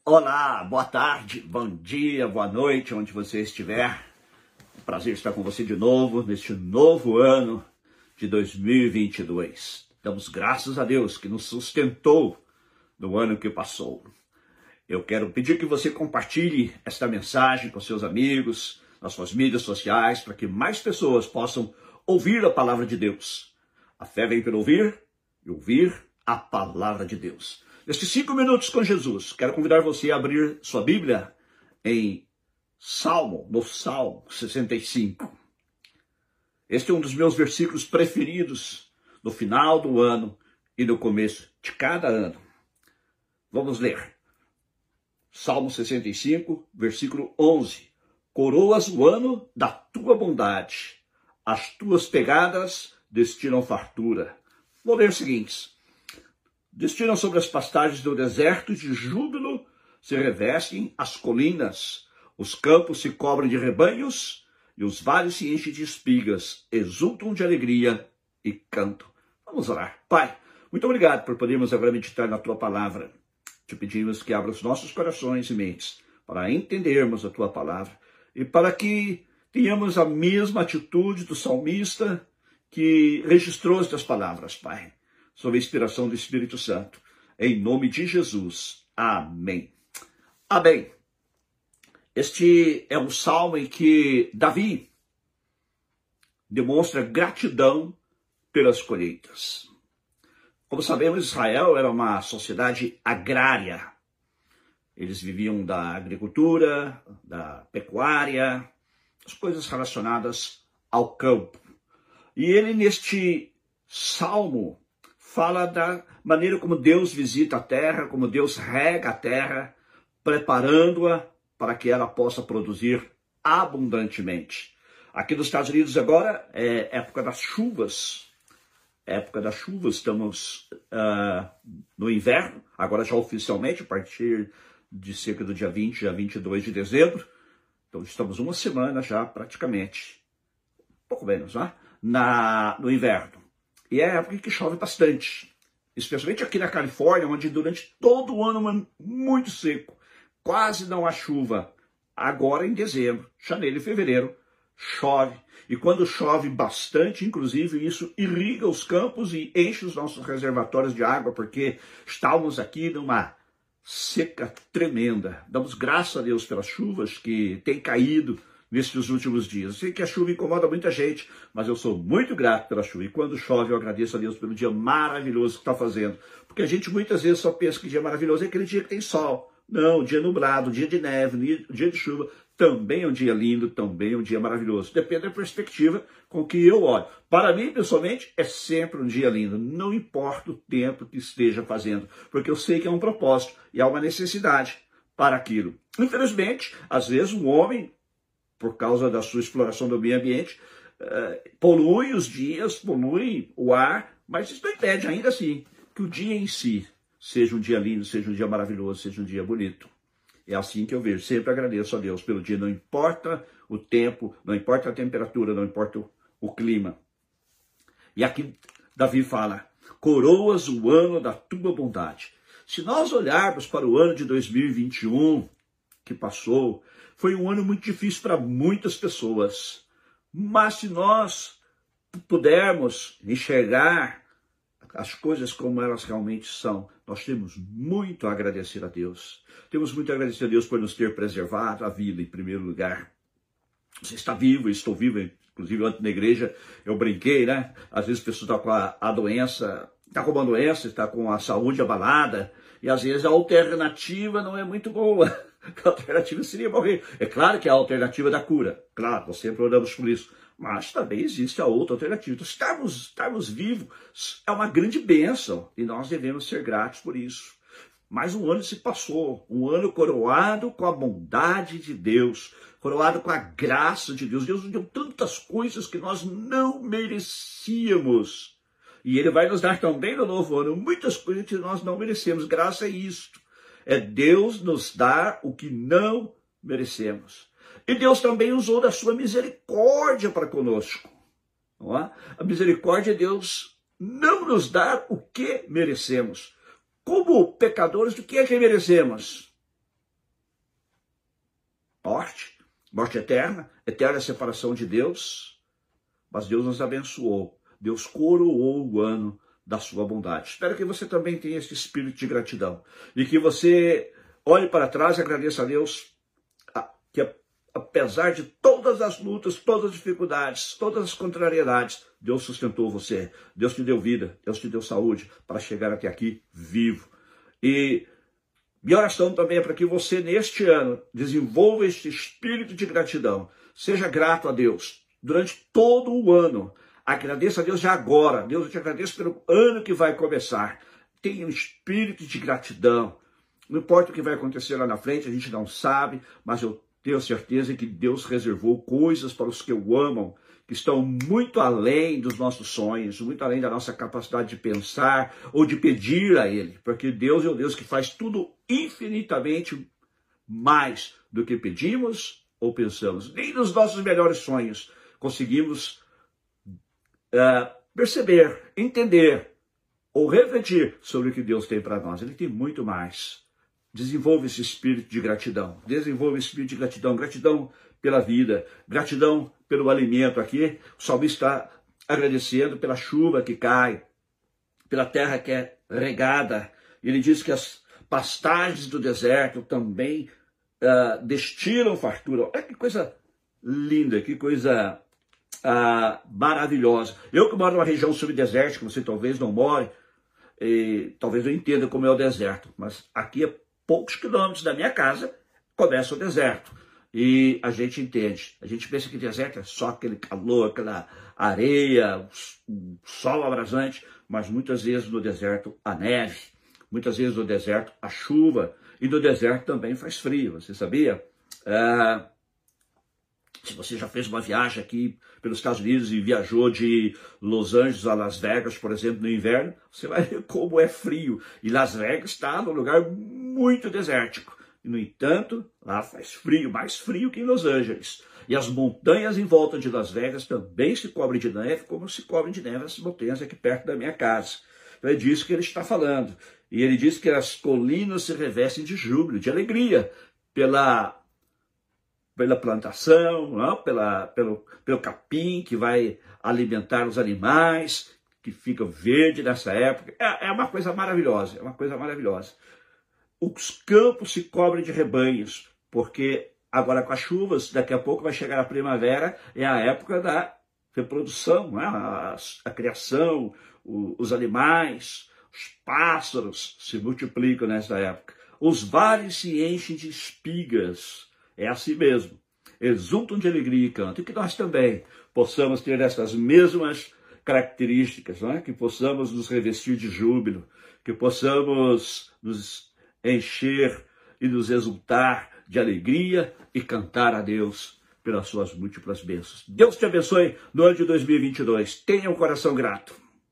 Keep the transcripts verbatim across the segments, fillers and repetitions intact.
Olá, boa tarde, bom dia, boa noite, onde você estiver. Prazer estar com você de novo, neste novo ano de dois mil e vinte e dois. Damos graças a Deus que nos sustentou no ano que passou. Eu quero pedir que você compartilhe esta mensagem com seus amigos, nas suas mídias sociais, para que mais pessoas possam ouvir a palavra de Deus. A fé vem pelo ouvir e ouvir a palavra de Deus. Nestes cinco minutos com Jesus, quero convidar você a abrir sua Bíblia em Salmo, no Salmo sessenta e cinco. Este é um dos meus versículos preferidos no final do ano e no começo de cada ano. Vamos ler. Salmo sessenta e cinco, versículo onze. Coroas o ano da tua bondade, as tuas pegadas destinam fartura. Vou ler os seguintes. Destinam sobre as pastagens do deserto de júbilo, se revestem as colinas, os campos se cobrem de rebanhos e os vales se enchem de espigas, exultam de alegria e cantam. Vamos orar. Pai, muito obrigado por podermos agora meditar na tua palavra. Te pedimos que abra os nossos corações e mentes para entendermos a tua palavra e para que tenhamos a mesma atitude do salmista que registrou estas palavras, Pai, sob a inspiração do Espírito Santo. Em nome de Jesus. Amém. Amém. Este é um salmo em que Davi demonstra gratidão pelas colheitas. Como sabemos, Israel era uma sociedade agrária. Eles viviam da agricultura, da pecuária, as coisas relacionadas ao campo. E ele, neste salmo, fala da maneira como Deus visita a terra, como Deus rega a terra, preparando-a para que ela possa produzir abundantemente. Aqui nos Estados Unidos agora é época das chuvas. Época das chuvas, estamos uh, no inverno, agora já oficialmente, a partir de cerca do dia vinte, dia vinte e dois de dezembro. Então estamos uma semana já praticamente, um pouco menos, né? Na, no inverno. E é a época que chove bastante, especialmente aqui na Califórnia, onde durante todo o ano é muito seco, quase não há chuva. Agora em dezembro, janeiro e fevereiro, chove. E quando chove bastante, inclusive, isso irriga os campos e enche os nossos reservatórios de água, porque estamos aqui numa seca tremenda. Damos graças a Deus pelas chuvas que têm caído nesses últimos dias. Eu sei que a chuva incomoda muita gente, mas eu sou muito grato pela chuva. E quando chove, eu agradeço a Deus pelo dia maravilhoso que está fazendo. Porque a gente muitas vezes só pensa que dia maravilhoso é aquele dia que tem sol. Não, dia nublado, dia de neve, dia de chuva, também é um dia lindo, também é um dia maravilhoso. Depende da perspectiva com que eu olho. Para mim, pessoalmente, é sempre um dia lindo. Não importa o tempo que esteja fazendo, porque eu sei que é um propósito e há uma necessidade para aquilo. Infelizmente, às vezes um homem, por causa da sua exploração do meio ambiente, uh, polui os dias, polui o ar, mas isso não impede ainda assim que o dia em si seja um dia lindo, seja um dia maravilhoso, seja um dia bonito. É assim que eu vejo. Sempre agradeço a Deus pelo dia. Não importa o tempo, não importa a temperatura, não importa o, o clima. E aqui Davi fala, coroas o ano da tua bondade. Se nós olharmos para o ano de dois mil e vinte e um, que passou, foi um ano muito difícil para muitas pessoas. Mas se nós pudermos enxergar as coisas como elas realmente são, nós temos muito a agradecer a Deus. Temos muito a agradecer a Deus por nos ter preservado a vida em primeiro lugar. Você está vivo, eu estou vivo, inclusive ontem na igreja eu brinquei, né? Às vezes a pessoa está com a, a doença, está com uma doença, está com a saúde abalada, e às vezes a alternativa não é muito boa. A alternativa seria morrer. É claro que é a alternativa da cura. Claro, nós sempre oramos por isso. Mas também existe a outra alternativa. Então, estarmos, estarmos vivos é uma grande bênção. E nós devemos ser gratos por isso. Mais um ano se passou. Um ano coroado com a bondade de Deus. Coroado com a graça de Deus. Deus nos deu tantas coisas que nós não merecíamos. E Ele vai nos dar também no novo ano muitas coisas que nós não merecemos. Graças a isto. É Deus nos dar o que não merecemos. E Deus também usou da sua misericórdia para conosco. Não é? A misericórdia de Deus não nos dar o que merecemos. Como pecadores, o que é que merecemos? morte, morte eterna, eterna separação de Deus, mas Deus nos abençoou, Deus coroou o ano da sua bondade. Espero que você também tenha esse espírito de gratidão e que você olhe para trás e agradeça a Deus que, apesar de todas as lutas, todas as dificuldades, todas as contrariedades, Deus sustentou você, Deus te deu vida, Deus te deu saúde para chegar até aqui vivo. E minha oração também é para que você, neste ano, desenvolva este espírito de gratidão. Seja grato a Deus durante todo o ano. Agradeça a Deus já agora. Deus, eu te agradeço pelo ano que vai começar. Tenha um espírito de gratidão. Não importa o que vai acontecer lá na frente, a gente não sabe, mas eu tenho certeza que Deus reservou coisas para os que o amam, que estão muito além dos nossos sonhos, muito além da nossa capacidade de pensar ou de pedir a Ele. Porque Deus é o Deus que faz tudo infinitamente mais do que pedimos ou pensamos. Nem nos nossos melhores sonhos conseguimos uh, perceber, entender ou refletir sobre o que Deus tem para nós. Ele tem muito mais. Desenvolva esse espírito de gratidão. Desenvolva esse espírito de gratidão. Gratidão pela vida. Gratidão pelo alimento. Aqui o salmista está agradecendo pela chuva que cai, pela terra que é regada. Ele diz que as pastagens do deserto também uh, destilam fartura. Olha que coisa linda, que coisa uh, maravilhosa. Eu que moro numa região subdesértica, você talvez não more, e talvez eu entenda como é o deserto, mas aqui é poucos quilômetros da minha casa começa o deserto. E a gente entende. A gente pensa que deserto é só aquele calor, aquela areia, o sol abrasante, mas muitas vezes no deserto há neve, muitas vezes no deserto há chuva, e no deserto também faz frio, você sabia? É... Se você já fez uma viagem aqui pelos Estados Unidos e viajou de Los Angeles a Las Vegas, por exemplo, no inverno, você vai ver como é frio. E Las Vegas está num lugar muito desértico. E, no entanto, lá faz frio, mais frio que em Los Angeles. E as montanhas em volta de Las Vegas também se cobrem de neve, como se cobrem de neve as montanhas aqui perto da minha casa. Então é disso que ele está falando. E ele diz que as colinas se revestem de júbilo, de alegria, pela... pela plantação, não? Pela, pelo, pelo capim que vai alimentar os animais, que fica verde nessa época. É, é uma coisa maravilhosa, é uma coisa maravilhosa. Os campos se cobrem de rebanhos, porque agora com as chuvas, daqui a pouco vai chegar a primavera, é a época da reprodução, não é? a, a criação, o, os animais, os pássaros se multiplicam nessa época. Os vales se enchem de espigas. É assim mesmo. Exultam de alegria e cantam. E que nós também possamos ter essas mesmas características, não é? Que possamos nos revestir de júbilo, que possamos nos encher e nos exultar de alegria e cantar a Deus pelas suas múltiplas bênçãos. Deus te abençoe no ano de dois mil e vinte e dois. Tenha um coração grato.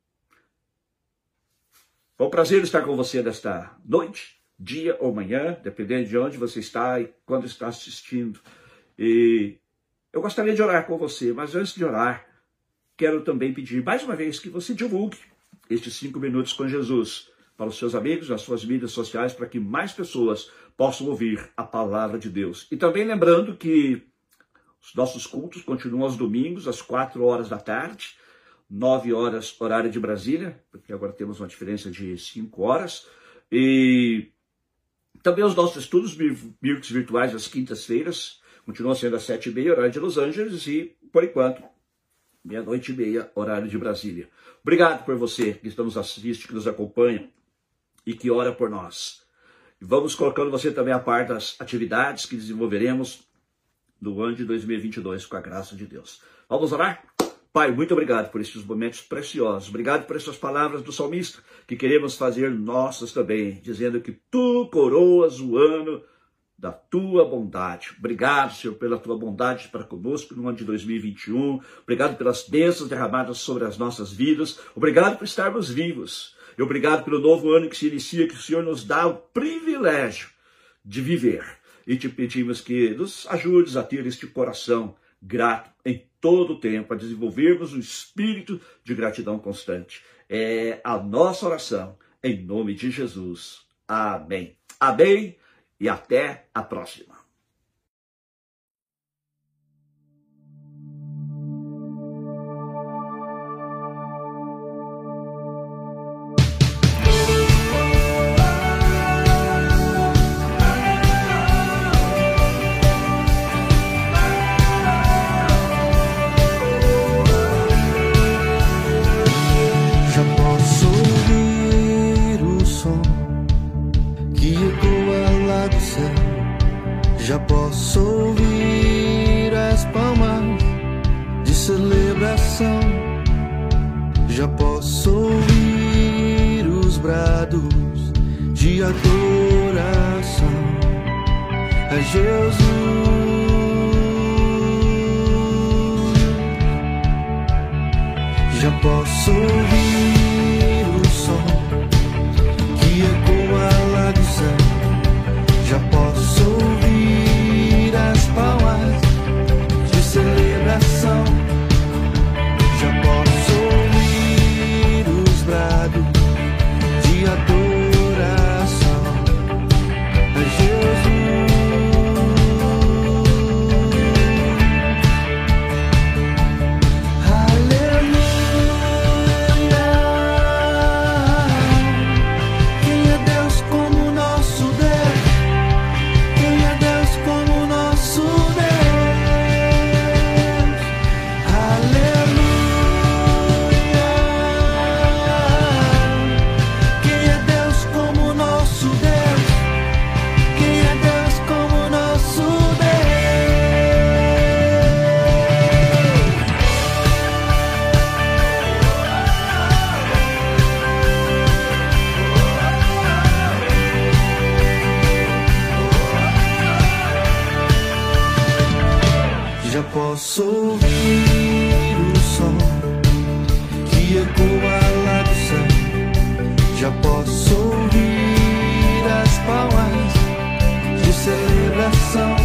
Foi um prazer estar com você nesta noite, dia ou manhã, dependendo de onde você está e quando está assistindo. E eu gostaria de orar com você, mas antes de orar, quero também pedir mais uma vez que você divulgue estes cinco minutos com Jesus para os seus amigos, nas suas mídias sociais, para que mais pessoas possam ouvir a palavra de Deus. E também lembrando que os nossos cultos continuam aos domingos, às quatro horas da tarde, nove horas, horário de Brasília, porque agora temos uma diferença de cinco horas, e também os nossos estudos bíblicos virtuais às quintas-feiras, continuam sendo às sete e meia, horário de Los Angeles, e, por enquanto, meia-noite e meia, horário de Brasília. Obrigado por você que nos assiste, que nos acompanha e que ora por nós. E vamos colocando você também a par das atividades que desenvolveremos no ano de dois mil e vinte e dois, com a graça de Deus. Vamos orar? Pai, muito obrigado por esses momentos preciosos. Obrigado por essas palavras do salmista, que queremos fazer nossas também, dizendo que tu coroas o ano da tua bondade. Obrigado, Senhor, pela tua bondade para conosco no ano de dois mil e vinte e um. Obrigado pelas bênçãos derramadas sobre as nossas vidas. Obrigado por estarmos vivos. E obrigado pelo novo ano que se inicia, que o Senhor nos dá o privilégio de viver. E te pedimos que nos ajudes a ter este coração grato em todo o tempo, a desenvolvermos um espírito de gratidão constante. É a nossa oração, em nome de Jesus. Amém. Amém e até a próxima. posso ouvir as palmas de celebração, já posso ouvir os brados de adoração a Jesus. Já posso ouvir o som que ecoa lá do céu, já posso ouvir as palmas de celebração, já posso ouvir os brados de adoração a Jesus. Já posso ouvir o som que ecoa lá do céu, já posso ouvir as palmas de celebração,